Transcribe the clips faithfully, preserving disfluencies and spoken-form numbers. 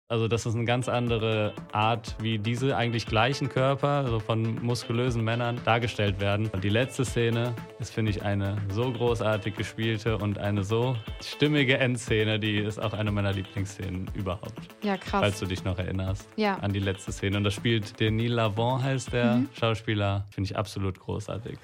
Also das ist eine ganz andere Art, wie diese eigentlich gleichen Körper, also von muskulösen Männern, dargestellt werden. Und die letzte Szene ist, finde ich, eine so großartig gespielte und eine so stimmige Endszene, die ist auch eine meiner Lieblingsszenen überhaupt. Ja, krass. Falls du dich noch erinnerst ja. an die letzte Szene. Und das spielt Denis Lavant, heißt der mhm. Schauspieler. Finde ich absolut großartig.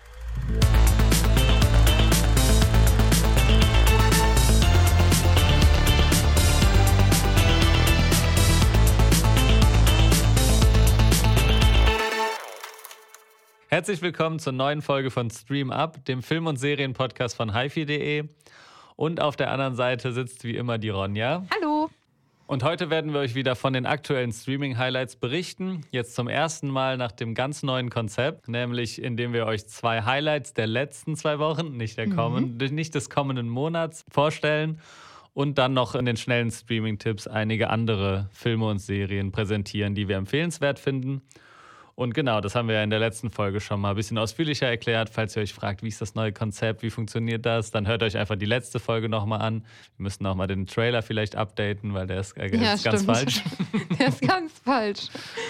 Herzlich willkommen zur neuen Folge von Stream Up, dem Film- und Serienpodcast von hifi punkt de. Und auf der anderen Seite sitzt wie immer die Ronja. Hallo. Und heute werden wir euch wieder von den aktuellen Streaming-Highlights berichten. Jetzt zum ersten Mal nach dem ganz neuen Konzept, nämlich indem wir euch zwei Highlights der letzten zwei Wochen, nicht, der kommen, mhm. nicht des kommenden Monats, vorstellen. Und dann noch in den schnellen Streaming-Tipps einige andere Filme und Serien präsentieren, die wir empfehlenswert finden. Und genau, das haben wir ja in der letzten Folge schon mal ein bisschen ausführlicher erklärt. Falls ihr euch fragt, wie ist das neue Konzept, wie funktioniert das, dann hört euch einfach die letzte Folge nochmal an. Wir müssen auch mal den Trailer vielleicht updaten, weil der ist, äh, ja, ist ganz falsch. Der ist ganz falsch.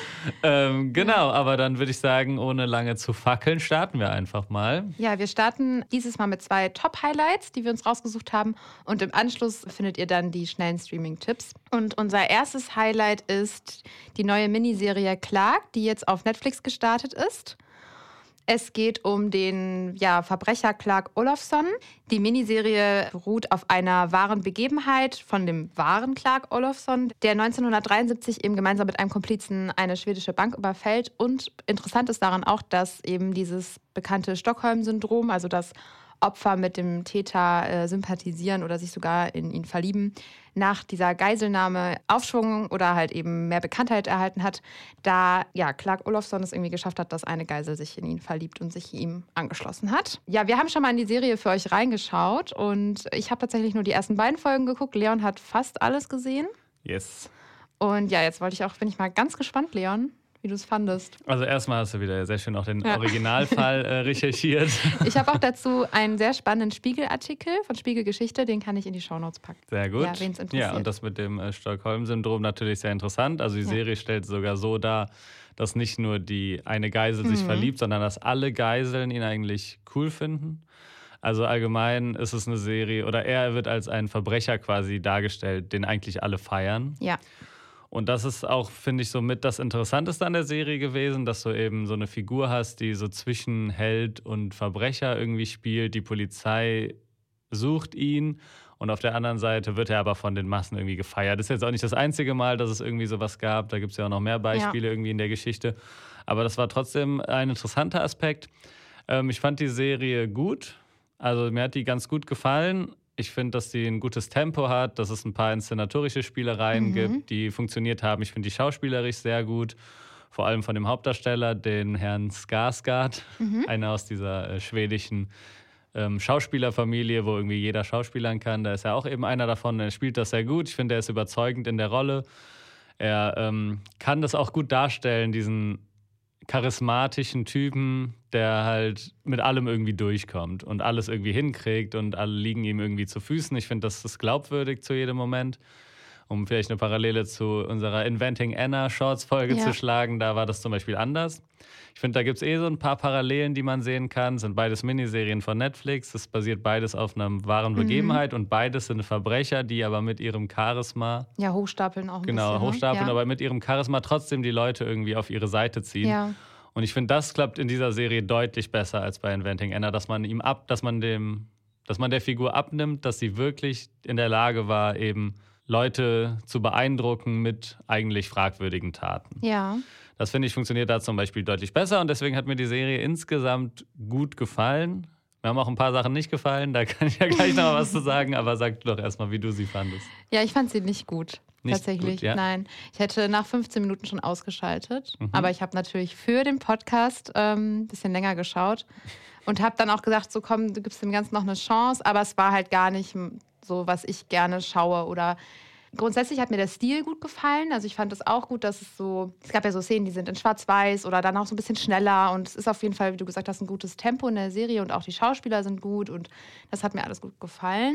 ähm, genau, aber dann würde ich sagen, ohne lange zu fackeln, starten wir einfach mal. Ja, wir starten dieses Mal mit zwei Top-Highlights, die wir uns rausgesucht haben. Und im Anschluss findet ihr dann die schnellen Streaming-Tipps. Und unser erstes Highlight ist die neue Miniserie Clark, die jetzt auf Netflix gestartet ist. Es geht um den ja, Verbrecher Clark Olofsson. Die Miniserie beruht auf einer wahren Begebenheit von dem wahren Clark Olofsson, der neunzehnhundertdreiundsiebzig eben gemeinsam mit einem Komplizen eine schwedische Bank überfällt. Und interessant ist daran auch, dass eben dieses bekannte Stockholm-Syndrom, also das Opfer mit dem Täter äh, sympathisieren oder sich sogar in ihn verlieben, nach dieser Geiselnahme Aufschwung oder halt eben mehr Bekanntheit erhalten hat, da ja Clark Olofsson es irgendwie geschafft hat, dass eine Geisel sich in ihn verliebt und sich ihm angeschlossen hat. Ja, wir haben schon mal in die Serie für euch reingeschaut und ich habe tatsächlich nur die ersten beiden Folgen geguckt. Leon hat fast alles gesehen. Yes. Und ja, jetzt wollte ich auch, bin ich mal ganz gespannt, Leon, wie du es fandest. Also erstmal hast du wieder sehr schön auch den ja. Originalfall äh, recherchiert. Ich habe auch dazu einen sehr spannenden Spiegelartikel von Spiegelgeschichte, den kann ich in die Shownotes packen. Sehr gut. Ja, wen's interessiert. Ja, und das mit dem äh, Stockholm-Syndrom natürlich sehr interessant. Also die ja. Serie stellt sogar so dar, dass nicht nur die eine Geisel sich mhm. verliebt, sondern dass alle Geiseln ihn eigentlich cool finden. Also allgemein ist es eine Serie, oder er wird als ein Verbrecher quasi dargestellt, den eigentlich alle feiern. Ja. Und das ist auch, finde ich, so mit das Interessanteste an der Serie gewesen, dass du eben so eine Figur hast, die so zwischen Held und Verbrecher irgendwie spielt. Die Polizei sucht ihn und auf der anderen Seite wird er aber von den Massen irgendwie gefeiert. Das ist jetzt auch nicht das einzige Mal, dass es irgendwie sowas gab. Da gibt es ja auch noch mehr Beispiele ja. irgendwie in der Geschichte. Aber das war trotzdem ein interessanter Aspekt. Ähm, ich fand die Serie gut. Also mir hat die ganz gut gefallen. Ich finde, dass sie ein gutes Tempo hat, dass es ein paar inszenatorische Spielereien mhm. gibt, die funktioniert haben. Ich finde die schauspielerisch sehr gut, vor allem von dem Hauptdarsteller, den Herrn Skarsgård, mhm. einer aus dieser äh, schwedischen ähm, Schauspielerfamilie, wo irgendwie jeder schauspielern kann. Da ist er auch eben einer davon, er spielt das sehr gut. Ich finde, er ist überzeugend in der Rolle. Er ähm, kann das auch gut darstellen, diesen charismatischen Typen, der halt mit allem irgendwie durchkommt und alles irgendwie hinkriegt und alle liegen ihm irgendwie zu Füßen. Ich finde, das ist glaubwürdig zu jedem Moment. Um vielleicht eine Parallele zu unserer Inventing Anna Shorts-Folge ja. zu schlagen, da war das zum Beispiel anders. Ich finde, da gibt es eh so ein paar Parallelen, die man sehen kann. Das sind beides Miniserien von Netflix. Das basiert beides auf einer wahren Begebenheit mhm. und beides sind Verbrecher, die aber mit ihrem Charisma... Ja, hochstapeln auch ein genau, bisschen. Genau, hochstapeln, ja. aber mit ihrem Charisma trotzdem die Leute irgendwie auf ihre Seite ziehen. Ja. Und ich finde, das klappt in dieser Serie deutlich besser als bei Inventing Anna, dass man ihm ab, dass man dem, dass man der Figur abnimmt, dass sie wirklich in der Lage war, eben Leute zu beeindrucken mit eigentlich fragwürdigen Taten. Ja. Das finde ich funktioniert da zum Beispiel deutlich besser und deswegen hat mir die Serie insgesamt gut gefallen. Mir haben auch ein paar Sachen nicht gefallen, da kann ich ja gleich noch mal was zu sagen, aber sag du doch erstmal, wie du sie fandest. Ja, ich fand sie nicht gut. Nicht Tatsächlich, gut, ja? Nein. Ich hätte nach fünfzehn Minuten schon ausgeschaltet, Mhm. aber ich habe natürlich für den Podcast ähm, ein bisschen länger geschaut und habe dann auch gesagt, so komm, du gibst dem Ganzen noch eine Chance, aber es war halt gar nicht so, was ich gerne schaue oder grundsätzlich hat mir der Stil gut gefallen. Also ich fand es auch gut, dass es so, es gab ja so Szenen, die sind in Schwarz-Weiß oder dann auch so ein bisschen schneller und es ist auf jeden Fall, wie du gesagt hast, ein gutes Tempo in der Serie und auch die Schauspieler sind gut und das hat mir alles gut gefallen.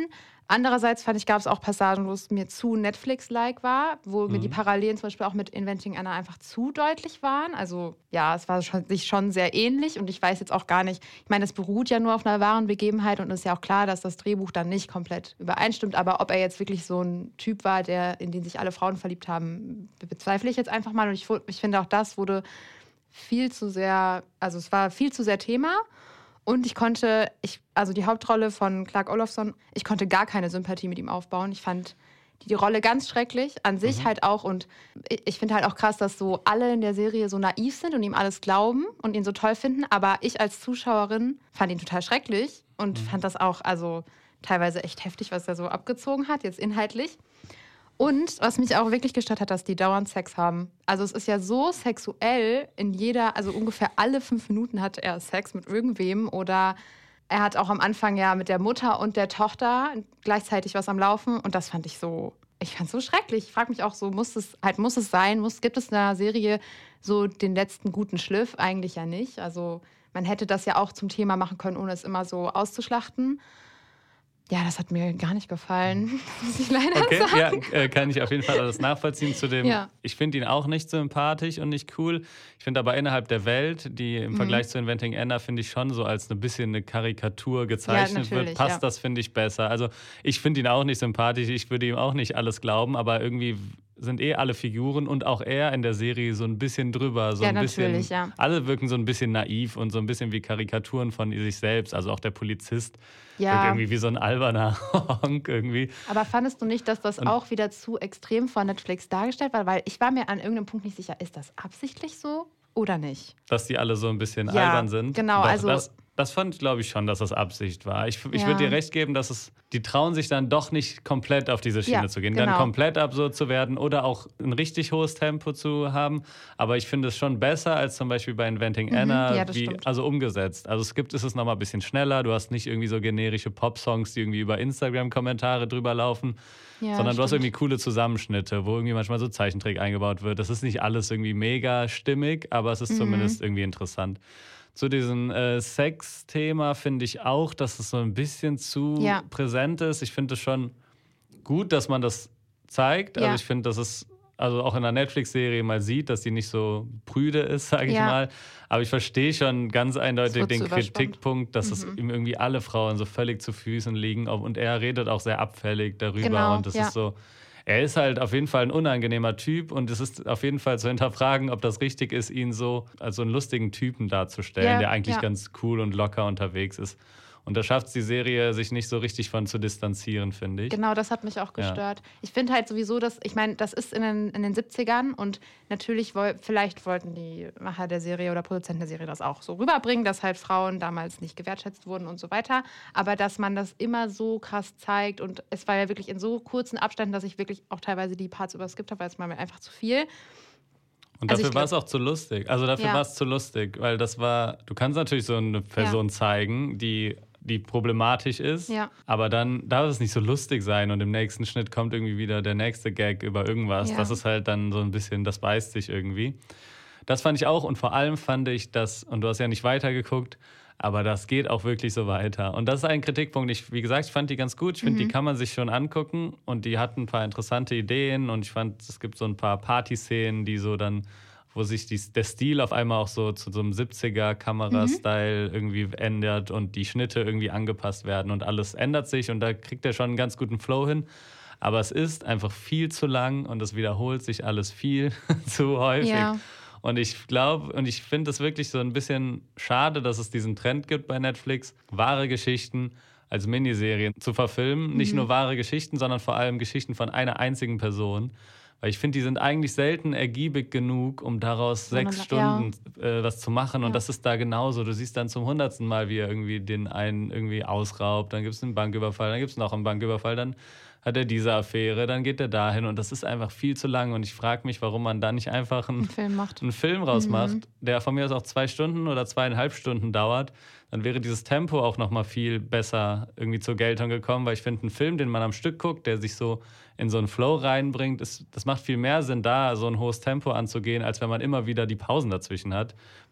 Andererseits fand ich, gab es auch Passagen, wo es mir zu Netflix-like war, wo mhm. mir die Parallelen zum Beispiel auch mit Inventing Anna einfach zu deutlich waren. Also ja, es war schon, sich schon sehr ähnlich und ich weiß jetzt auch gar nicht, ich meine, es beruht ja nur auf einer wahren Begebenheit und es ist ja auch klar, dass das Drehbuch dann nicht komplett übereinstimmt, aber ob er jetzt wirklich so ein Typ war, der, in den sich alle Frauen verliebt haben, bezweifle ich jetzt einfach mal und ich, ich finde auch das wurde viel zu sehr, also es war viel zu sehr Thema. Und ich konnte, ich, also die Hauptrolle von Clark Olofsson, ich konnte gar keine Sympathie mit ihm aufbauen. Ich fand die, die Rolle ganz schrecklich, an sich mhm. halt auch. Und ich, ich finde halt auch krass, dass so alle in der Serie so naiv sind und ihm alles glauben und ihn so toll finden. Aber ich als Zuschauerin fand ihn total schrecklich und mhm. fand das auch also teilweise echt heftig, was er so abgezogen hat, jetzt inhaltlich. Und was mich auch wirklich gestört hat, dass die dauernd Sex haben. Also es ist ja so sexuell in jeder, also ungefähr alle fünf Minuten hat er Sex mit irgendwem oder er hat auch am Anfang ja mit der Mutter und der Tochter gleichzeitig was am Laufen und das fand ich so, ich fand es so schrecklich. Ich frage mich auch so, muss es halt, muss es sein, muss, gibt es in einer Serie so den letzten guten Schliff? Eigentlich ja nicht. Also man hätte das ja auch zum Thema machen können, ohne es immer so auszuschlachten. Ja, das hat mir gar nicht gefallen, muss ich leider okay, sagen. Ja, äh, kann ich auf jeden Fall alles nachvollziehen. Zu dem, ja. Ich finde ihn auch nicht sympathisch und nicht cool. Ich finde aber innerhalb der Welt, die im mhm. Vergleich zu Inventing Anna, finde ich schon so als ein bisschen eine Karikatur gezeichnet ja, wird, passt ja. das, finde ich, besser. Also ich finde ihn auch nicht sympathisch, ich würde ihm auch nicht alles glauben, aber irgendwie sind eh alle Figuren und auch er in der Serie so ein bisschen drüber. So ja, ein bisschen, natürlich, ja. Alle wirken so ein bisschen naiv und so ein bisschen wie Karikaturen von sich selbst. Also auch der Polizist ja. wirkt irgendwie wie so ein alberner Honk irgendwie. Aber fandest du nicht, dass das und auch wieder zu extrem von Netflix dargestellt war? Weil ich war mir an irgendeinem Punkt nicht sicher, ist das absichtlich so oder nicht? Dass die alle so ein bisschen ja, albern sind? Genau, Doch, also... Das, das fand ich, glaube ich, schon, dass das Absicht war. Ich, ich ja. würde dir recht geben, dass es, die trauen sich dann doch nicht komplett auf diese Schiene ja, zu gehen, genau. dann komplett absurd zu werden oder auch ein richtig hohes Tempo zu haben. Aber ich finde es schon besser als zum Beispiel bei Inventing mhm, Anna, ja, wie, also umgesetzt. Also es gibt, ist es nochmal ein bisschen schneller. Du hast nicht irgendwie so generische Pop-Songs, die irgendwie über Instagram-Kommentare drüber laufen. Ja, sondern du stimmt. hast irgendwie coole Zusammenschnitte, wo irgendwie manchmal so Zeichentrick eingebaut wird. Das ist nicht alles irgendwie mega stimmig, aber es ist mhm. zumindest irgendwie interessant. Zu diesem äh, Sex-Thema finde ich auch, dass es so ein bisschen zu ja. präsent ist. Ich finde es schon gut, dass man das zeigt. Ja. Also ich finde, dass es also auch in einer Netflix-Serie mal sieht, dass die nicht so prüde ist, sage ich ja. mal. Aber ich verstehe schon ganz eindeutig den Kritikpunkt, dass mhm. es ihm irgendwie alle Frauen so völlig zu Füßen liegen. Und er redet auch sehr abfällig darüber. Genau, und das ja. ist so... Er ist halt auf jeden Fall ein unangenehmer Typ und es ist auf jeden Fall zu hinterfragen, ob das richtig ist, ihn so als so einen lustigen Typen darzustellen, ja, der eigentlich ja. ganz cool und locker unterwegs ist. Und da schafft es die Serie, sich nicht so richtig von zu distanzieren, finde ich. Genau, das hat mich auch gestört. Ja. Ich finde halt sowieso, dass, ich meine, das ist in den, in den siebzigern und natürlich, woll, vielleicht wollten die Macher der Serie oder Produzenten der Serie das auch so rüberbringen, dass halt Frauen damals nicht gewertschätzt wurden und so weiter. Aber dass man das immer so krass zeigt und es war ja wirklich in so kurzen Abständen, dass ich wirklich auch teilweise die Parts überskippt habe, weil es war mir einfach zu viel. Und dafür also war es auch zu lustig. Also dafür ja. war es zu lustig, weil das war, du kannst natürlich so eine Person ja. zeigen, die die problematisch ist, ja. aber dann darf es nicht so lustig sein und im nächsten Schnitt kommt irgendwie wieder der nächste Gag über irgendwas. Ja. Das ist halt dann so ein bisschen, das beißt sich irgendwie. Das fand ich auch und vor allem fand ich das, und du hast ja nicht weitergeguckt, aber das geht auch wirklich so weiter. Und das ist ein Kritikpunkt. Ich, wie gesagt, ich fand die ganz gut. Ich finde, mhm. die kann man sich schon angucken und die hatten ein paar interessante Ideen und ich fand, es gibt so ein paar Partyszenen, die so dann wo sich die, der Stil auf einmal auch so zu so einem siebziger-Kamera-Style mhm. irgendwie ändert und die Schnitte irgendwie angepasst werden und alles ändert sich und da kriegt er schon einen ganz guten Flow hin. Aber es ist einfach viel zu lang und es wiederholt sich alles viel zu häufig. Ja. Und ich glaube, und ich finde es wirklich so ein bisschen schade, dass es diesen Trend gibt bei Netflix, wahre Geschichten als Miniserien zu verfilmen. Mhm. Nicht nur wahre Geschichten, sondern vor allem Geschichten von einer einzigen Person. Weil ich finde, die sind eigentlich selten ergiebig genug, um daraus so sechs Stunden ja. äh, was zu machen. Und ja. das ist da genauso. Du siehst dann zum hundertsten Mal, wie er irgendwie den einen irgendwie ausraubt. Dann gibt es einen Banküberfall, dann gibt es noch einen Banküberfall. Dann hat er diese Affäre, dann geht er dahin. Und das ist einfach viel zu lang. Und ich frage mich, warum man da nicht einfach einen, einen Film, macht. einen Film rausmacht, mhm. der von mir aus auch zwei Stunden oder zweieinhalb Stunden dauert. Dann wäre dieses Tempo auch noch mal viel besser irgendwie zur Geltung gekommen. Weil ich finde, ein Film, den man am Stück guckt, der sich so in so einen Flow reinbringt, ist, das macht viel mehr Sinn, da so ein hohes Tempo anzugehen, als wenn man immer wieder die Pausen dazwischen hat.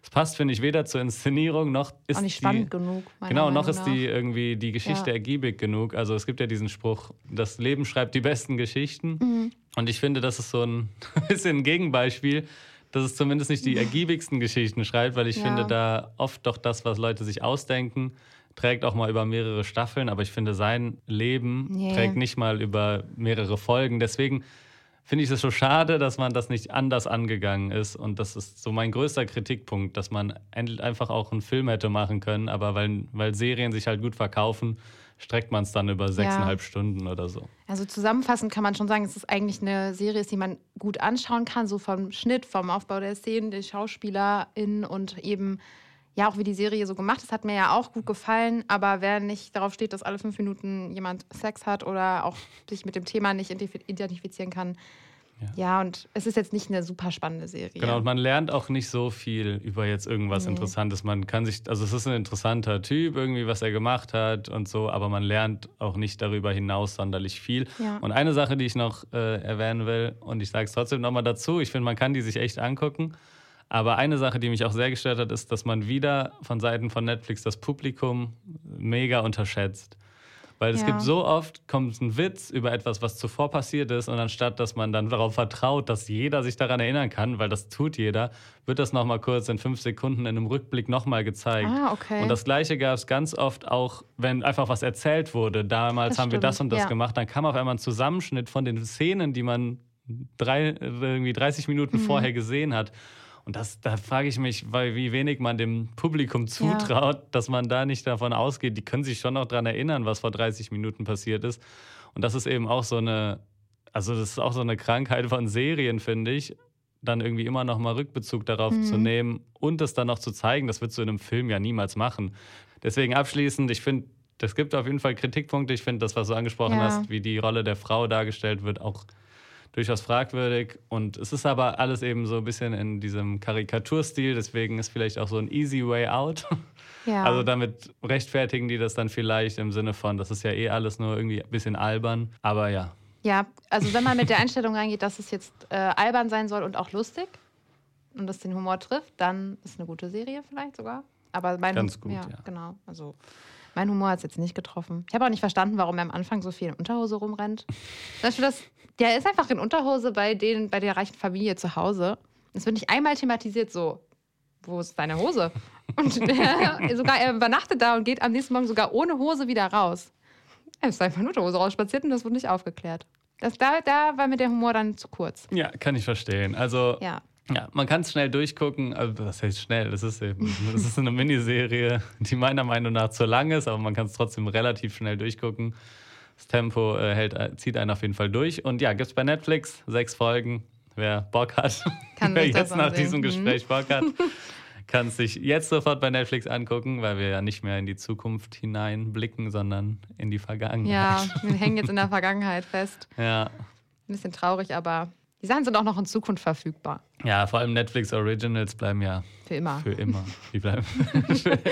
es passt, finde ich, weder zur Inszenierung noch ist auch nicht die, spannend genug. Genau, noch Meinung ist die nach. irgendwie die Geschichte Ja. ergiebig genug. Also es gibt ja diesen Spruch, das Leben schreibt die besten Geschichten. Mhm. Und ich finde, das ist so ein bisschen ein Gegenbeispiel, dass es zumindest nicht die ergiebigsten Geschichten schreibt, weil ich Ja. finde, da oft doch das, was Leute sich ausdenken, trägt auch mal über mehrere Staffeln. Aber ich finde, sein Leben Nee. trägt nicht mal über mehrere Folgen. Deswegen finde ich es so schade, dass man das nicht anders angegangen ist. Und das ist so mein größter Kritikpunkt, dass man endlich einfach auch einen Film hätte machen können. Aber weil, weil Serien sich halt gut verkaufen, streckt man es dann über sechseinhalb Stunden oder so. Also zusammenfassend kann man schon sagen, es ist eigentlich eine Serie, die man gut anschauen kann, so vom Schnitt, vom Aufbau der Szenen, der SchauspielerInnen und eben ja auch wie die Serie so gemacht ist, hat mir ja auch gut gefallen. Aber wer nicht darauf steht, dass alle fünf Minuten jemand Sex hat oder auch sich mit dem Thema nicht identifizieren kann, ja, ja und es ist jetzt nicht eine super spannende Serie. Genau, und man lernt auch nicht so viel über jetzt irgendwas Nee. Interessantes. Man kann sich, also es ist ein interessanter Typ, irgendwie, was er gemacht hat und so, aber man lernt auch nicht darüber hinaus sonderlich viel. Ja. Und eine Sache, die ich noch äh, erwähnen will, und ich sage es trotzdem nochmal dazu, ich finde, man kann die sich echt angucken. Aber eine Sache, die mich auch sehr gestört hat, ist, dass man wieder von Seiten von Netflix das Publikum mega unterschätzt. Weil es Ja. gibt so oft, kommt ein Witz über etwas, was zuvor passiert ist, und anstatt, dass man dann darauf vertraut, dass jeder sich daran erinnern kann, weil das tut jeder, wird das nochmal kurz in fünf Sekunden in einem Rückblick nochmal gezeigt. Ah, okay. Und das Gleiche gab es ganz oft auch, wenn einfach was erzählt wurde. Damals Das haben wir stimmt, das und das ja. gemacht. Dann kam auf einmal ein Zusammenschnitt von den Szenen, die man drei, irgendwie dreißig Minuten Mhm. vorher gesehen hat. Und das, da frage ich mich, weil, wie wenig man dem Publikum zutraut, dass man da nicht davon ausgeht. Die können sich schon noch daran erinnern, was vor dreißig Minuten passiert ist. Und das ist eben auch so eine, also das ist auch so eine Krankheit von Serien, finde ich, dann irgendwie immer noch mal Rückbezug darauf Mhm. zu nehmen und es dann noch zu zeigen. Das würdest du in einem Film ja niemals machen. Deswegen abschließend, ich finde, es gibt auf jeden Fall Kritikpunkte. Ich finde das, was du angesprochen Ja. hast, wie die Rolle der Frau dargestellt wird, auch durchaus fragwürdig. Und es ist aber alles eben so ein bisschen in diesem Karikaturstil. Deswegen ist vielleicht auch so ein easy way out. Ja. Also damit rechtfertigen die das dann vielleicht im Sinne von, das ist ja eh alles nur irgendwie ein bisschen albern. Aber ja. Ja, also wenn man mit der Einstellung reingeht, dass es jetzt äh, albern sein soll und auch lustig und das den Humor trifft, dann ist eine gute Serie vielleicht sogar. Aber mein Ganz gut, ja, ja. genau. Also mein Humor hat es jetzt nicht getroffen. Ich habe auch nicht verstanden, warum er am Anfang so viel in Unterhose rumrennt. Zum Beispiel das, der ist einfach in Unterhose bei, den, bei der reichen Familie zu Hause. Es wird nicht einmal thematisiert so, wo ist deine Hose? Und der, sogar er übernachtet da und geht am nächsten Morgen sogar ohne Hose wieder raus. Er ist einfach nur die Hose rausspaziert und das wurde nicht aufgeklärt. Das, da, da war mir der Humor dann zu kurz. Ja, kann ich verstehen. Also Ja. ja, man kann es schnell durchgucken. Also, das heißt schnell, das ist eben das ist eine Miniserie, die meiner Meinung nach zu lang ist, aber man kann es trotzdem relativ schnell durchgucken. Das Tempo äh, hält, äh, zieht einen auf jeden Fall durch. Und ja, gibt es bei Netflix sechs Folgen. Wer Bock hat, Kann wer sich das jetzt nach ansehen. diesem Mhm. Gespräch Bock hat, kann es sich jetzt sofort bei Netflix angucken, weil wir ja nicht mehr in die Zukunft hineinblicken, sondern in die Vergangenheit. Ja, wir hängen jetzt in der Vergangenheit fest. Ja. Ein bisschen traurig, aber die Sachen sind auch noch in Zukunft verfügbar. Ja, vor allem Netflix Originals bleiben ja Für immer. für immer. Die bleiben für immer.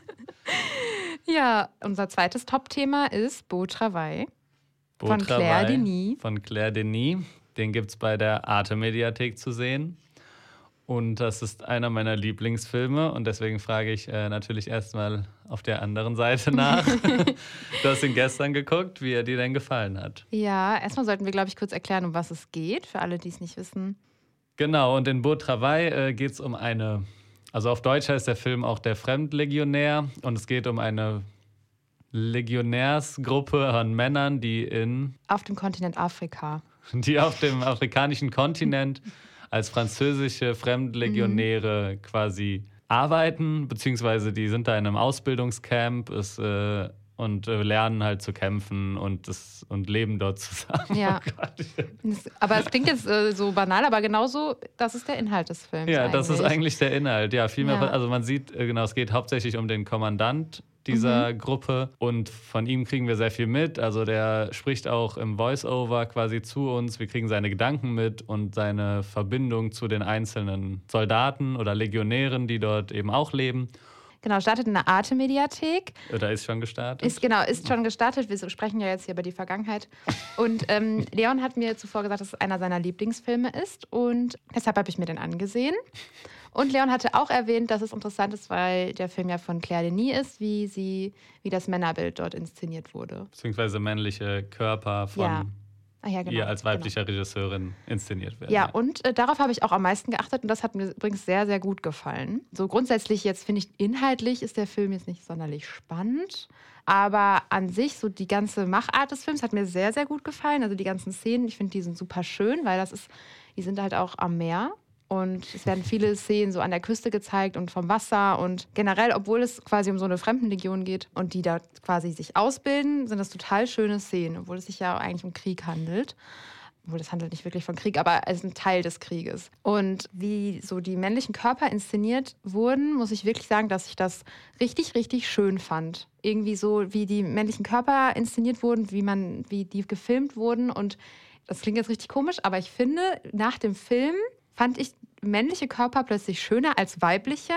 Ja, unser zweites Top-Thema ist Beau Travail von Beau Claire Travail Denis. Von Claire Denis. Den gibt es bei der Arte-Mediathek zu sehen. Und das ist einer meiner Lieblingsfilme. Und deswegen frage ich äh, natürlich erstmal auf der anderen Seite nach. Du hast ihn gestern geguckt, wie er dir denn gefallen hat. Ja, erstmal sollten wir, glaube ich, kurz erklären, um was es geht, für alle, die es nicht wissen. Genau, und in Beau Travail äh, geht es um eine, also auf Deutsch heißt der Film auch Der Fremdlegionär. Und es geht um eine Legionärsgruppe an Männern, die in Auf dem Kontinent Afrika. die auf dem afrikanischen Kontinent als französische Fremdlegionäre mhm. quasi arbeiten, beziehungsweise die sind da in einem Ausbildungscamp ist, äh, und äh, lernen halt zu kämpfen und, das, und leben dort zusammen. Ja. Oh Gott. Das, aber es klingt jetzt äh, so banal, aber genauso, das ist der Inhalt des Films. Ja, eigentlich. das ist eigentlich der Inhalt. Ja, viel mehr, Ja. also man sieht, äh, genau, es geht hauptsächlich um den Kommandant dieser Mhm. Gruppe und von ihm kriegen wir sehr viel mit. Also der spricht auch im Voice-Over quasi zu uns. Wir kriegen seine Gedanken mit und seine Verbindung zu den einzelnen Soldaten oder Legionären, die dort eben auch leben. Genau, startet in der Arte-Mediathek. Oder ist schon gestartet? Ist, genau, ist schon gestartet. Wir sprechen ja jetzt hier über die Vergangenheit. Und ähm, Leon hat mir zuvor gesagt, dass es einer seiner Lieblingsfilme ist. Und deshalb habe ich mir den angesehen. Und Leon hatte auch erwähnt, dass es interessant ist, weil der Film ja von Claire Denis ist, wie, sie, wie das Männerbild dort inszeniert wurde. Beziehungsweise männliche Körper von... Ja. Ah, ja, genau, ihr als weiblicher genau. Regisseurin inszeniert werden. Ja, und äh, darauf habe ich auch am meisten geachtet und das hat mir übrigens sehr, sehr gut gefallen. So grundsätzlich jetzt finde ich, inhaltlich ist der Film jetzt nicht sonderlich spannend, aber an sich, so die ganze Machart des Films hat mir sehr, sehr gut gefallen. Also die ganzen Szenen, ich finde, die sind super schön, weil das ist, die sind halt auch am Meer. Und es werden viele Szenen so an der Küste gezeigt und vom Wasser und generell, obwohl es quasi um so eine Fremdenlegion geht und die da quasi sich ausbilden, sind das total schöne Szenen, obwohl es sich ja eigentlich um Krieg handelt. Obwohl das handelt nicht wirklich von Krieg, aber es ist ein Teil des Krieges. Und wie so die männlichen Körper inszeniert wurden, muss ich wirklich sagen, dass ich das richtig, richtig schön fand. Irgendwie so, wie die männlichen Körper inszeniert wurden, wie man, wie die gefilmt wurden. Und das klingt jetzt richtig komisch, aber ich finde, nach dem Film fand ich männliche Körper plötzlich schöner als weibliche.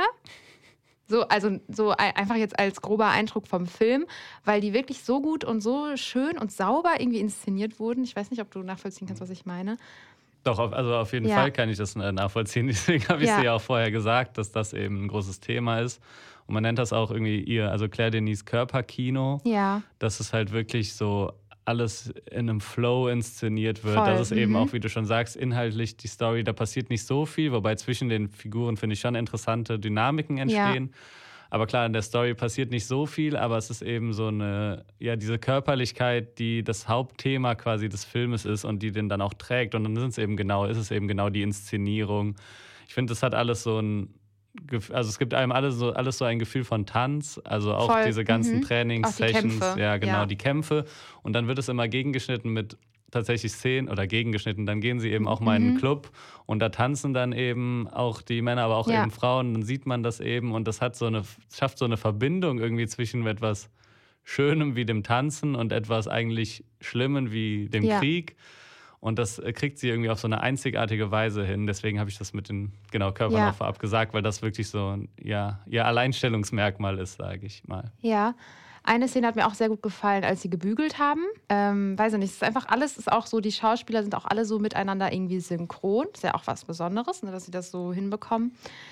So, also so einfach jetzt als grober Eindruck vom Film, weil die wirklich so gut und so schön und sauber irgendwie inszeniert wurden. Ich weiß nicht, ob du nachvollziehen kannst, was ich meine. Doch, also auf jeden ja. Fall kann ich das nachvollziehen. Deswegen habe ich ja. dir ja auch vorher gesagt, dass das eben ein großes Thema ist. Und man nennt das auch irgendwie ihr, also Claire Denis Körperkino. Ja. Das ist halt wirklich so alles in einem Flow inszeniert wird. Voll. Das ist eben mhm. auch, wie du schon sagst, inhaltlich die Story, da passiert nicht so viel, wobei zwischen den Figuren, finde ich, schon interessante Dynamiken entstehen. Ja. Aber klar, in der Story passiert nicht so viel, aber es ist eben so eine, ja, diese Körperlichkeit, die das Hauptthema quasi des Filmes ist und die den dann auch trägt. Und dann sind es eben genau, ist es eben genau die Inszenierung. Ich finde, das hat alles so ein, also es gibt einem alles so, alles so ein Gefühl von Tanz, also auch Voll. diese ganzen mhm. Trainings-Sessions, ja genau, ja. die Kämpfe. Und dann wird es immer gegengeschnitten mit tatsächlich Szenen oder gegengeschnitten. Dann gehen sie eben auch mal mhm. in einen Club und da tanzen dann eben auch die Männer, aber auch ja. eben Frauen. Dann sieht man das eben und das hat so eine, schafft so eine Verbindung irgendwie zwischen etwas Schönem wie dem Tanzen und etwas eigentlich Schlimmen wie dem ja. Krieg. Und das kriegt sie irgendwie auf so eine einzigartige Weise hin. Deswegen habe ich das mit den genau, Körpern ja. auch vorab gesagt, weil das wirklich so ein ja, ihr Alleinstellungsmerkmal ist, sage ich mal. Ja, eine Szene hat mir auch sehr gut gefallen, als sie gebügelt haben. Ähm, weiß ich nicht, es ist einfach alles, ist auch so, die Schauspieler sind auch alle so miteinander irgendwie synchron. Ist ja auch was Besonderes, ne, dass sie das so hinbekommen.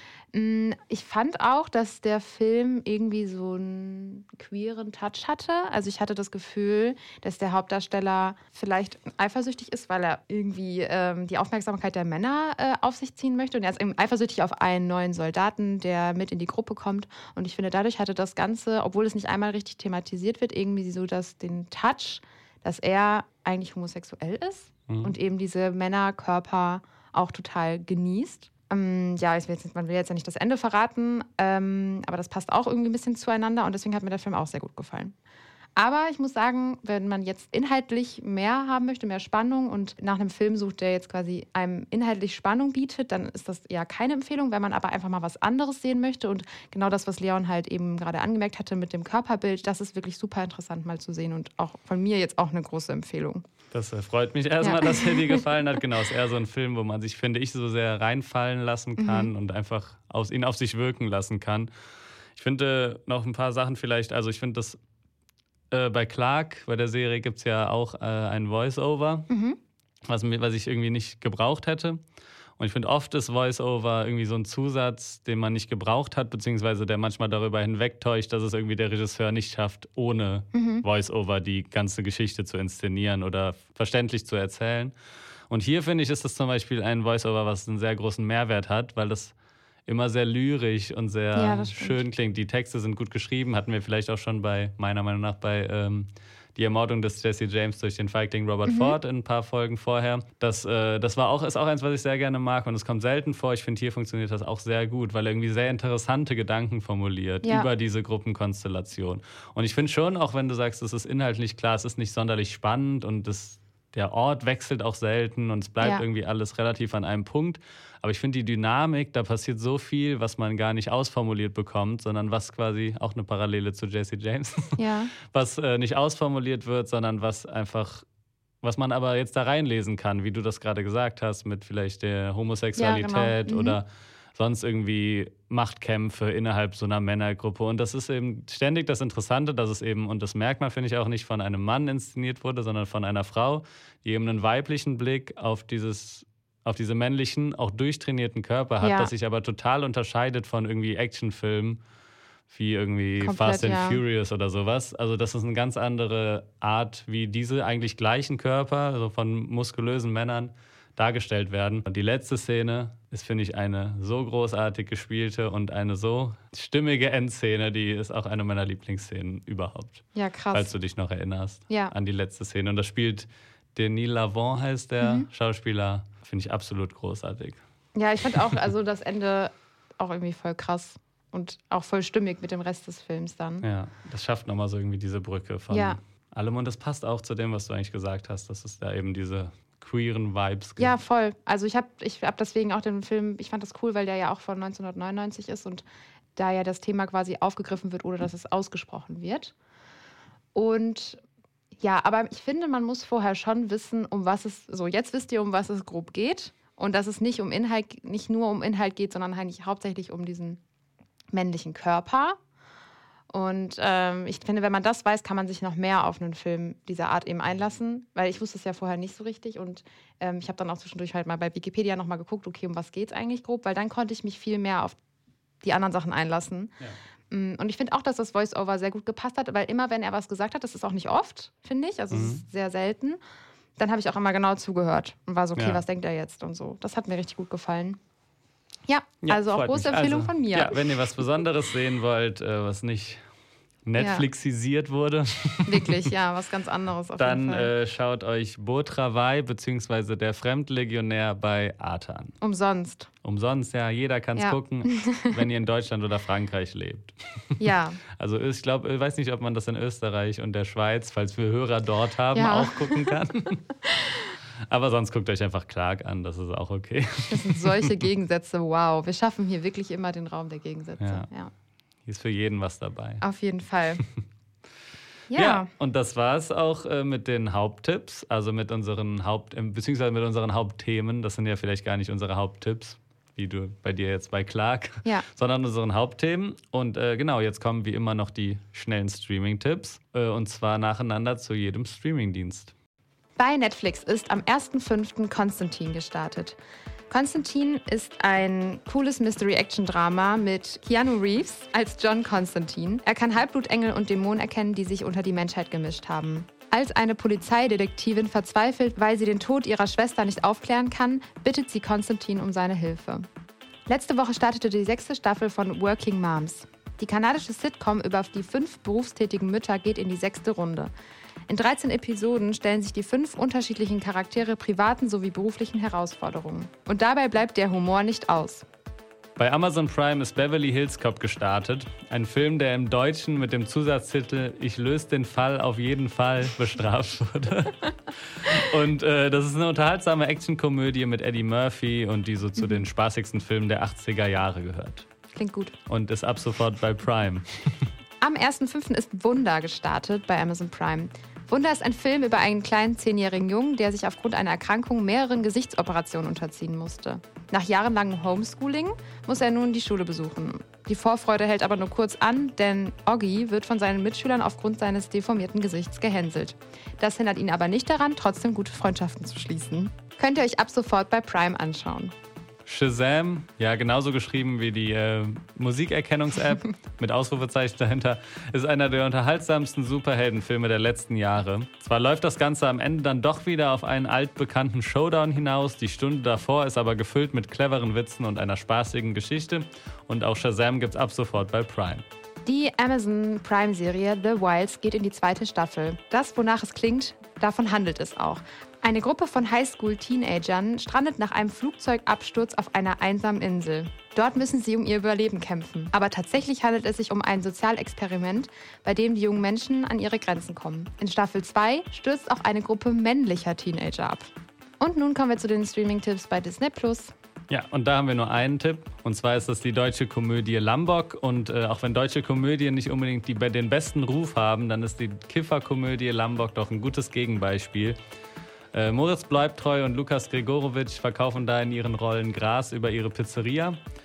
Ich fand auch, dass der Film irgendwie so einen queeren Touch hatte. Also ich hatte das Gefühl, dass der Hauptdarsteller vielleicht eifersüchtig ist, weil er irgendwie ähm, die Aufmerksamkeit der Männer äh, auf sich ziehen möchte. Und er ist eben eifersüchtig auf einen neuen Soldaten, der mit in die Gruppe kommt. Und ich finde, dadurch hatte das Ganze, obwohl es nicht einmal richtig thematisiert wird, irgendwie so dass den Touch, dass er eigentlich homosexuell ist mhm. und eben diese Männerkörper auch total genießt. Ähm, ja, ich will jetzt, man will jetzt ja nicht das Ende verraten, ähm, aber das passt auch irgendwie ein bisschen zueinander und deswegen hat mir der Film auch sehr gut gefallen. Aber ich muss sagen, wenn man jetzt inhaltlich mehr haben möchte, mehr Spannung und nach einem Film sucht, der jetzt quasi einem inhaltlich Spannung bietet, dann ist das ja keine Empfehlung. Wenn man aber einfach mal was anderes sehen möchte und genau das, was Leon halt eben gerade angemerkt hatte mit dem Körperbild, das ist wirklich super interessant mal zu sehen und auch von mir jetzt auch eine große Empfehlung. Das freut mich erstmal, ja. dass er dir gefallen hat. Genau, es ist eher so ein Film, wo man sich, finde ich, so sehr reinfallen lassen kann mhm. und einfach aus, ihn auf sich wirken lassen kann. Ich finde noch ein paar Sachen vielleicht, also ich finde das äh, bei Clark, bei der Serie gibt es ja auch äh, ein Voice-Over, mhm. was, was ich irgendwie nicht gebraucht hätte. Und ich finde, oft ist Voice-Over irgendwie so ein Zusatz, den man nicht gebraucht hat, beziehungsweise der manchmal darüber hinwegtäuscht, dass es irgendwie der Regisseur nicht schafft, ohne mhm. Voice-Over die ganze Geschichte zu inszenieren oder verständlich zu erzählen. Und hier, finde ich, ist das zum Beispiel ein Voice-Over, was einen sehr großen Mehrwert hat, weil das immer sehr lyrisch und sehr ja, schön klingt. Die Texte sind gut geschrieben, hatten wir vielleicht auch schon bei, meiner Meinung nach, bei ähm, die Ermordung des Jesse James durch den Feigling Robert mhm. Ford in ein paar Folgen vorher. Das, äh, das war auch, ist auch eins, was ich sehr gerne mag und es kommt selten vor. Ich finde, hier funktioniert das auch sehr gut, weil er irgendwie sehr interessante Gedanken formuliert ja. über diese Gruppenkonstellation. Und ich finde schon, auch wenn du sagst, es ist inhaltlich klar, es ist nicht sonderlich spannend und das, der Ort wechselt auch selten und es bleibt ja. irgendwie alles relativ an einem Punkt. Aber ich finde die Dynamik, da passiert so viel, was man gar nicht ausformuliert bekommt, sondern was quasi auch eine Parallele zu Jesse James, ja. was äh, nicht ausformuliert wird, sondern was einfach, was man aber jetzt da reinlesen kann, wie du das gerade gesagt hast, mit vielleicht der Homosexualität ja, genau. mhm. oder sonst irgendwie Machtkämpfe innerhalb so einer Männergruppe. Und das ist eben ständig das Interessante, dass es eben, und das merkt man, finde ich, auch nicht von einem Mann inszeniert wurde, sondern von einer Frau, die eben einen weiblichen Blick auf dieses, auf diese männlichen, auch durchtrainierten Körper hat, Ja. das sich aber total unterscheidet von irgendwie Actionfilmen, wie irgendwie Komplett, Fast and ja. Furious oder sowas. Also das ist eine ganz andere Art, wie diese eigentlich gleichen Körper, also von muskulösen Männern, dargestellt werden. Und die letzte Szene ist, finde ich, eine so großartig gespielte und eine so stimmige Endszene, die ist auch eine meiner Lieblingsszenen überhaupt. Ja, krass. Falls du dich noch erinnerst Ja. an die letzte Szene. Und das spielt Denis Lavant, heißt der Mhm. Schauspieler. Finde ich absolut großartig. Ja, ich fand auch also das Ende auch irgendwie voll krass und auch voll stimmig mit dem Rest des Films dann. Ja, das schafft nochmal so irgendwie diese Brücke von Ja. allem. Und das passt auch zu dem, was du eigentlich gesagt hast, dass es da eben diese queeren Vibes gibt. Ja, voll. Also ich habe ich hab deswegen auch den Film, ich fand das cool, weil der ja auch von neunzehnhundertneunundneunzig ist und da ja das Thema quasi aufgegriffen wird, ohne dass es ausgesprochen wird. Und ja, aber ich finde, man muss vorher schon wissen, um was es, so jetzt wisst ihr, um was es grob geht und dass es nicht um Inhalt, nicht nur um Inhalt geht, sondern eigentlich hauptsächlich um diesen männlichen Körper. Und ähm, ich finde, wenn man das weiß, kann man sich noch mehr auf einen Film dieser Art eben einlassen, weil ich wusste es ja vorher nicht so richtig und ähm, ich habe dann auch zwischendurch halt mal bei Wikipedia nochmal geguckt, okay, um was geht es eigentlich grob, weil dann konnte ich mich viel mehr auf die anderen Sachen einlassen. Ja. Und ich finde auch, dass das Voice-Over sehr gut gepasst hat, weil immer, wenn er was gesagt hat, das ist auch nicht oft, finde ich, also Mhm. es ist sehr selten, dann habe ich auch immer genau zugehört und war so, okay, Ja. was denkt er jetzt und so. Das hat mir richtig gut gefallen. Ja, Ja, also auch freut große mich. Empfehlung Also, von mir. Ja, wenn ihr was Besonderes sehen wollt, äh, was nicht Netflixisiert wurde, Wirklich, ja, was ganz anderes auf dann jeden Fall. äh, schaut euch Beau Travail bzw. Der Fremdlegionär bei Arte an. Umsonst. Umsonst, ja, jeder kann es Ja. gucken, wenn ihr in Deutschland oder Frankreich lebt. Ja, Also ich glaube, ich weiß nicht, ob man das in Österreich und der Schweiz, falls wir Hörer dort haben, Ja. auch gucken kann. Aber sonst guckt euch einfach Clark an, das ist auch okay. das sind solche Gegensätze. Wow, wir schaffen hier wirklich immer den Raum der Gegensätze. Ja. Ja, Hier ist für jeden was dabei. auf jeden Fall. Ja, Ja, und das war es auch äh, mit den Haupttipps, also mit unseren Haupt, äh, beziehungsweise mit unseren Hauptthemen. Das sind ja vielleicht gar nicht unsere Haupttipps, wie du bei dir jetzt bei Clark, Ja. sondern unseren Hauptthemen. Und äh, genau, jetzt kommen wie immer noch die schnellen Streaming-Tipps, äh, und zwar nacheinander zu jedem Streamingdienst. Bei Netflix ist am ersten fünften Konstantin gestartet. Konstantin ist ein cooles Mystery-Action-Drama mit Keanu Reeves als John Constantine. Er kann Halbblutengel und Dämonen erkennen, die sich unter die Menschheit gemischt haben. Als eine Polizeidetektivin verzweifelt, weil sie den Tod ihrer Schwester nicht aufklären kann, bittet sie Konstantin um seine Hilfe. Letzte Woche startete die sechste Staffel von Working Moms. Die kanadische Sitcom über die fünf berufstätigen Mütter geht in die sechste Runde. In dreizehn Episoden stellen sich die fünf unterschiedlichen Charaktere privaten sowie beruflichen Herausforderungen. Und dabei bleibt der Humor nicht aus. Bei Amazon Prime ist Beverly Hills Cop gestartet. Ein Film, der im Deutschen mit dem Zusatztitel Ich löse den Fall auf jeden Fall bestraft wurde. Und äh, das ist eine unterhaltsame Actionkomödie mit Eddie Murphy und die so zu den spaßigsten Filmen der achtziger Jahre gehört. Klingt gut. Und ist ab sofort bei Prime. Am ersten fünften ist Wunder gestartet bei Amazon Prime. Wunder ist ein Film über einen kleinen zehnjährigen Jungen, der sich aufgrund einer Erkrankung mehreren Gesichtsoperationen unterziehen musste. Nach jahrelangem Homeschooling muss er nun die Schule besuchen. Die Vorfreude hält aber nur kurz an, denn Oggy wird von seinen Mitschülern aufgrund seines deformierten Gesichts gehänselt. Das hindert ihn aber nicht daran, trotzdem gute Freundschaften zu schließen. Könnt ihr euch ab sofort bei Prime anschauen. Shazam, ja genauso geschrieben wie die äh, Musikerkennungs-App mit Ausrufezeichen dahinter, ist einer der unterhaltsamsten Superheldenfilme der letzten Jahre. Zwar läuft das Ganze am Ende dann doch wieder auf einen altbekannten Showdown hinaus, die Stunde davor ist aber gefüllt mit cleveren Witzen und einer spaßigen Geschichte. Und auch Shazam gibt's ab sofort bei Prime. Die Amazon Prime-Serie The Wilds geht in die zweite Staffel. Das, wonach es klingt, davon handelt es auch. Eine Gruppe von Highschool-Teenagern strandet nach einem Flugzeugabsturz auf einer einsamen Insel. Dort müssen sie um ihr Überleben kämpfen. Aber tatsächlich handelt es sich um ein Sozialexperiment, bei dem die jungen Menschen an ihre Grenzen kommen. In Staffel zwei stürzt auch eine Gruppe männlicher Teenager ab. Und nun kommen wir zu den Streaming-Tipps bei Disney Plus. Ja, und da haben wir nur einen Tipp. Und zwar ist das die deutsche Komödie Lambok. Und äh, auch wenn deutsche Komödien nicht unbedingt die, den besten Ruf haben, dann ist die Kifferkomödie Lambok doch ein gutes Gegenbeispiel. Äh, Moritz Bleibtreu und Lukas Gregorowitsch verkaufen da in ihren Rollen Gras über ihre Pizzeria.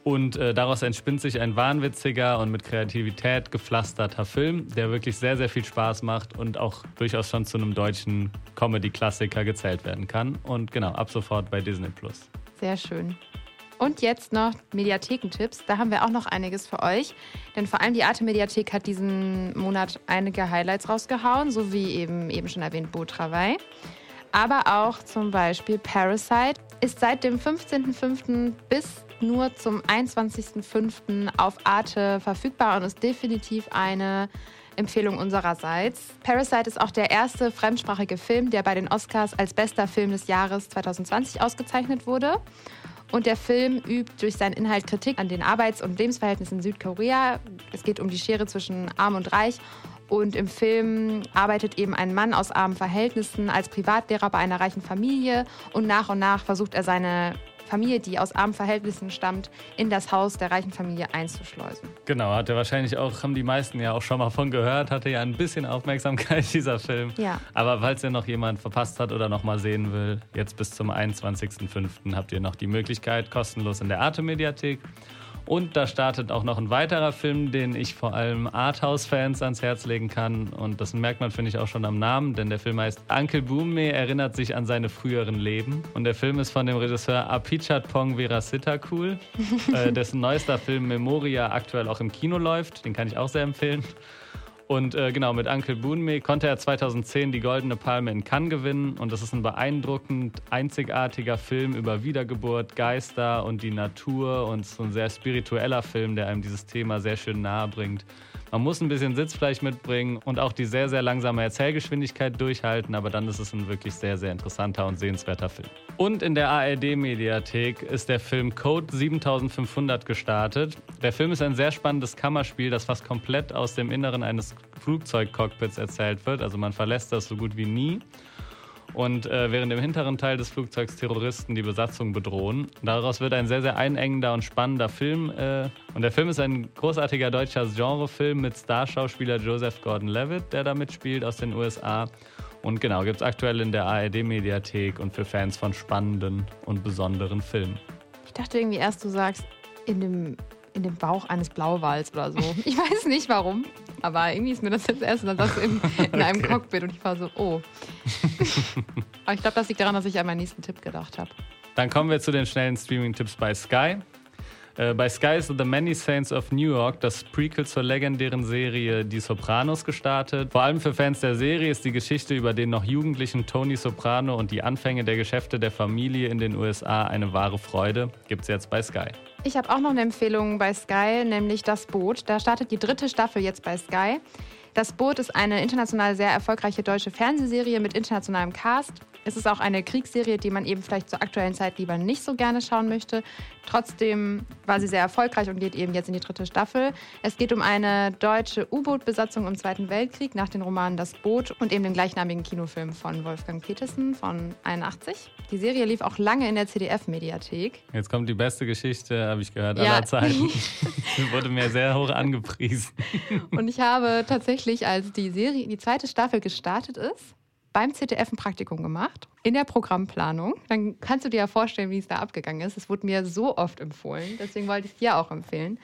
Und äh, daraus entspinnt sich ein wahnwitziger und mit Kreativität gepflasterter Film, der wirklich sehr, sehr viel Spaß macht und auch durchaus schon zu einem deutschen Comedy-Klassiker gezählt werden kann. Und genau, ab sofort bei Disney Plus. Sehr schön. Und jetzt noch Mediathekentipps. Da haben wir auch noch einiges für euch. Denn vor allem die Arte-Mediathek hat diesen Monat einige Highlights rausgehauen, so wie eben, eben schon erwähnt Beau Travail. Aber auch zum Beispiel Parasite ist seit dem fünfzehnten fünften bis nur zum einundzwanzigsten fünften auf Arte verfügbar und ist definitiv eine Empfehlung unsererseits. Parasite ist auch der erste fremdsprachige Film, der bei den Oscars als bester Film des Jahres zwanzig zwanzig ausgezeichnet wurde. Und der Film übt durch seinen Inhalt Kritik an den Arbeits- und Lebensverhältnissen in Südkorea. Es geht um die Schere zwischen Arm und Reich. Und im Film arbeitet eben ein Mann aus armen Verhältnissen als Privatlehrer bei einer reichen Familie. Und nach und nach versucht er seine Familie, die aus armen Verhältnissen stammt, in das Haus der reichen Familie einzuschleusen. Genau, hat er wahrscheinlich auch, haben die meisten ja auch schon mal von gehört, hatte ja ein bisschen Aufmerksamkeit, dieser Film. Ja. Aber falls ihr noch jemand verpasst hat oder noch mal sehen will, jetzt bis zum einundzwanzigsten fünften habt ihr noch die Möglichkeit, kostenlos in der Arte-Mediathek. Und da startet auch noch ein weiterer Film, den ich vor allem Arthouse-Fans ans Herz legen kann. Und das merkt man, finde ich, auch schon am Namen, denn der Film heißt Uncle Boonmee erinnert sich an seine früheren Leben. Und der Film ist von dem Regisseur Apichatpong Weerasethakul, äh, dessen neuester Film Memoria aktuell auch im Kino läuft. Den kann ich auch sehr empfehlen. Und äh, genau, mit Uncle Boonmee konnte er zweitausendzehn die Goldene Palme in Cannes gewinnen. Und das ist ein beeindruckend einzigartiger Film über Wiedergeburt, Geister und die Natur. Und so ein sehr spiritueller Film, der einem dieses Thema sehr schön nahe bringt. Man muss ein bisschen Sitzfleisch mitbringen und auch die sehr, sehr langsame Erzählgeschwindigkeit durchhalten. Aber dann ist es ein wirklich sehr, sehr interessanter und sehenswerter Film. Und in der A R D-Mediathek ist der Film Code siebentausendfünfhundert gestartet. Der Film ist ein sehr spannendes Kammerspiel, das fast komplett aus dem Inneren eines Flugzeugcockpits erzählt wird. Also man verlässt das so gut wie nie. Und äh, während im hinteren Teil des Flugzeugs Terroristen die Besatzung bedrohen. Daraus wird ein sehr, sehr einengender und spannender Film. Äh, und der Film ist ein großartiger deutscher Genrefilm mit Starschauspieler Joseph Gordon-Levitt, der da mitspielt aus den U S A. Und genau, gibt es aktuell in der A R D-Mediathek und für Fans von spannenden und besonderen Filmen. Ich dachte irgendwie erst, du sagst, in dem, in dem Bauch eines Blauwals oder so. Ich weiß nicht warum, aber irgendwie ist mir das jetzt erst, und dann sagst du in, in einem Okay. Cockpit und ich war so, oh. Aber ich glaube, das liegt daran, dass ich an meinen nächsten Tipp gedacht habe. Dann kommen wir zu den schnellen Streaming-Tipps bei Sky. Äh, bei Sky ist The Many Saints of New York, das Prequel zur legendären Serie Die Sopranos, gestartet. Vor allem für Fans der Serie ist die Geschichte über den noch jugendlichen Tony Soprano und die Anfänge der Geschäfte der Familie in den U S A eine wahre Freude. Gibt's jetzt bei Sky. Ich habe auch noch eine Empfehlung bei Sky, nämlich Das Boot. Da startet die dritte Staffel jetzt bei Sky. Das Boot ist eine international sehr erfolgreiche deutsche Fernsehserie mit internationalem Cast. Es ist auch eine Kriegsserie, die man eben vielleicht zur aktuellen Zeit lieber nicht so gerne schauen möchte. Trotzdem war sie sehr erfolgreich und geht eben jetzt in die dritte Staffel. Es geht um eine deutsche U-Boot-Besatzung im Zweiten Weltkrieg nach den Romanen Das Boot und eben dem gleichnamigen Kinofilm von Wolfgang Petersen von einundachtzig. Die Serie lief auch lange in der C D F-Mediathek. Jetzt kommt die beste Geschichte, habe ich gehört, Ja. aller Zeiten. Die wurde mir sehr hoch angepriesen. Und ich habe tatsächlich, als die Serie, die zweite Staffel gestartet ist, beim Z D F ein Praktikum gemacht, in der Programmplanung. Dann kannst du dir ja vorstellen, wie es da abgegangen ist. Es wurde mir so oft empfohlen, deswegen wollte ich es dir auch empfehlen.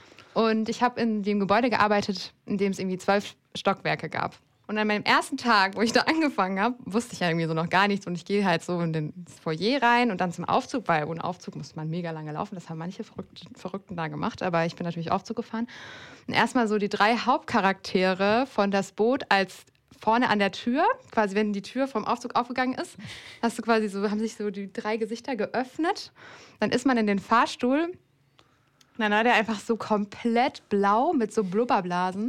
Und ich habe in dem Gebäude gearbeitet, in dem es irgendwie zwölf Stockwerke gab. Und an meinem ersten Tag, wo ich da angefangen habe, wusste ich ja irgendwie so noch gar nichts. Und ich gehe halt so in den ins Foyer rein und dann zum Aufzug, weil ohne Aufzug musste man mega lange laufen. Das haben manche Verrückten, Verrückten da gemacht, aber ich bin natürlich Aufzug gefahren. Und erstmal so die drei Hauptcharaktere von Das Boot als vorne an der Tür, quasi wenn die Tür vom Aufzug aufgegangen ist, hast du quasi so, haben sich so die drei Gesichter geöffnet. Dann ist man in den Fahrstuhl. Dann war der einfach so komplett blau mit so Blubberblasen.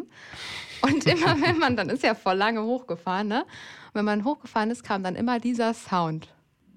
Und immer wenn man, dann ist ja voll lange hochgefahren, ne? Und wenn man hochgefahren ist, kam dann immer dieser Sound.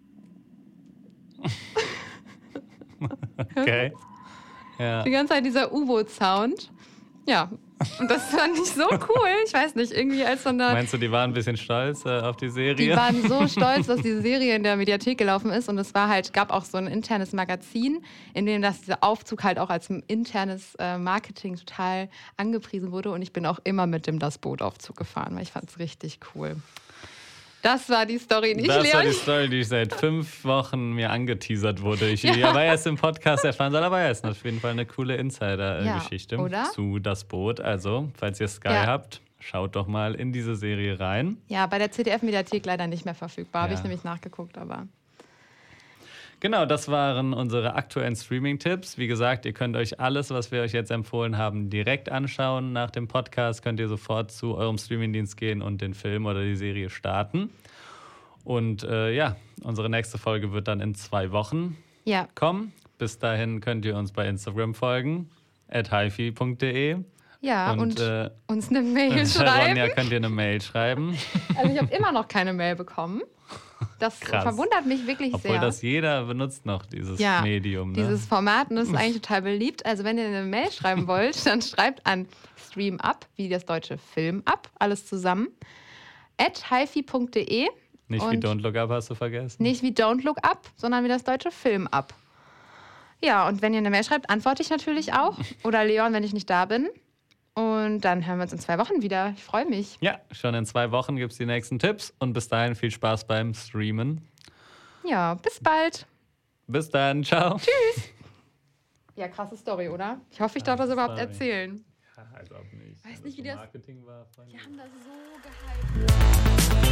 Okay. Ja. Die ganze Zeit dieser U-Boot-Sound. Ja. Und das fand ich so cool. Ich weiß nicht, irgendwie als so eine... Meinst du, die waren ein bisschen stolz äh, auf die Serie? Die waren so stolz, dass diese Serie in der Mediathek gelaufen ist. Und es war halt, gab auch so ein internes Magazin, in dem das dieser Aufzug halt auch als internes äh, Marketing total angepriesen wurde. Und ich bin auch immer mit dem Das Boot-Aufzug gefahren, weil ich fand es richtig cool. Das war die Story, nicht Das Leon? war die Story, die ich seit fünf Wochen mir angeteasert wurde. Ich ja. aber erst im Podcast erfahren soll, aber ja, ist auf jeden Fall eine coole Insider-Geschichte ja, zu Das Boot. Also, falls ihr Sky ja. habt, schaut doch mal in diese Serie rein. Ja, bei der Z D F-Mediathek leider nicht mehr verfügbar. Ja. Habe ich nämlich nachgeguckt, aber... Genau, das waren unsere aktuellen Streaming-Tipps. Wie gesagt, ihr könnt euch alles, was wir euch jetzt empfohlen haben, direkt anschauen. Nach dem Podcast könnt ihr sofort zu eurem Streamingdienst gehen und den Film oder die Serie starten. Und äh, ja, unsere nächste Folge wird dann in zwei Wochen ja. kommen. Bis dahin könnt ihr uns bei Instagram folgen, at hifi punkt de. Ja, und, und äh, uns eine Mail schreiben. Ronja, könnt ihr eine Mail schreiben. Also ich habe immer noch keine Mail bekommen. Das Krass. verwundert mich wirklich Obwohl sehr. Obwohl das jeder benutzt noch, dieses ja, Medium. Ne? Dieses Format, und das ist eigentlich total beliebt. Also wenn ihr eine Mail schreiben wollt, dann schreibt an streamup, wie das deutsche Film ab, alles zusammen, at hifi punkt de. Nicht und wie Don't Look Up, hast du vergessen? Nicht wie Don't Look Up, sondern wie das deutsche Film ab. Ja, und wenn ihr eine Mail schreibt, antworte ich natürlich auch. Oder Leon, wenn ich nicht da bin. Und dann hören wir uns in zwei Wochen wieder. Ich freue mich. Ja, schon in zwei Wochen gibt es die nächsten Tipps. Und bis dahin viel Spaß beim Streamen. Ja, bis bald. Bis dann, ciao. Tschüss. Ja, krasse Story, oder? Ich hoffe, ich darf das überhaupt erzählen. Ja, als ob nicht. Weiß nicht, wie das... Marketing war. Die haben das so gehypt.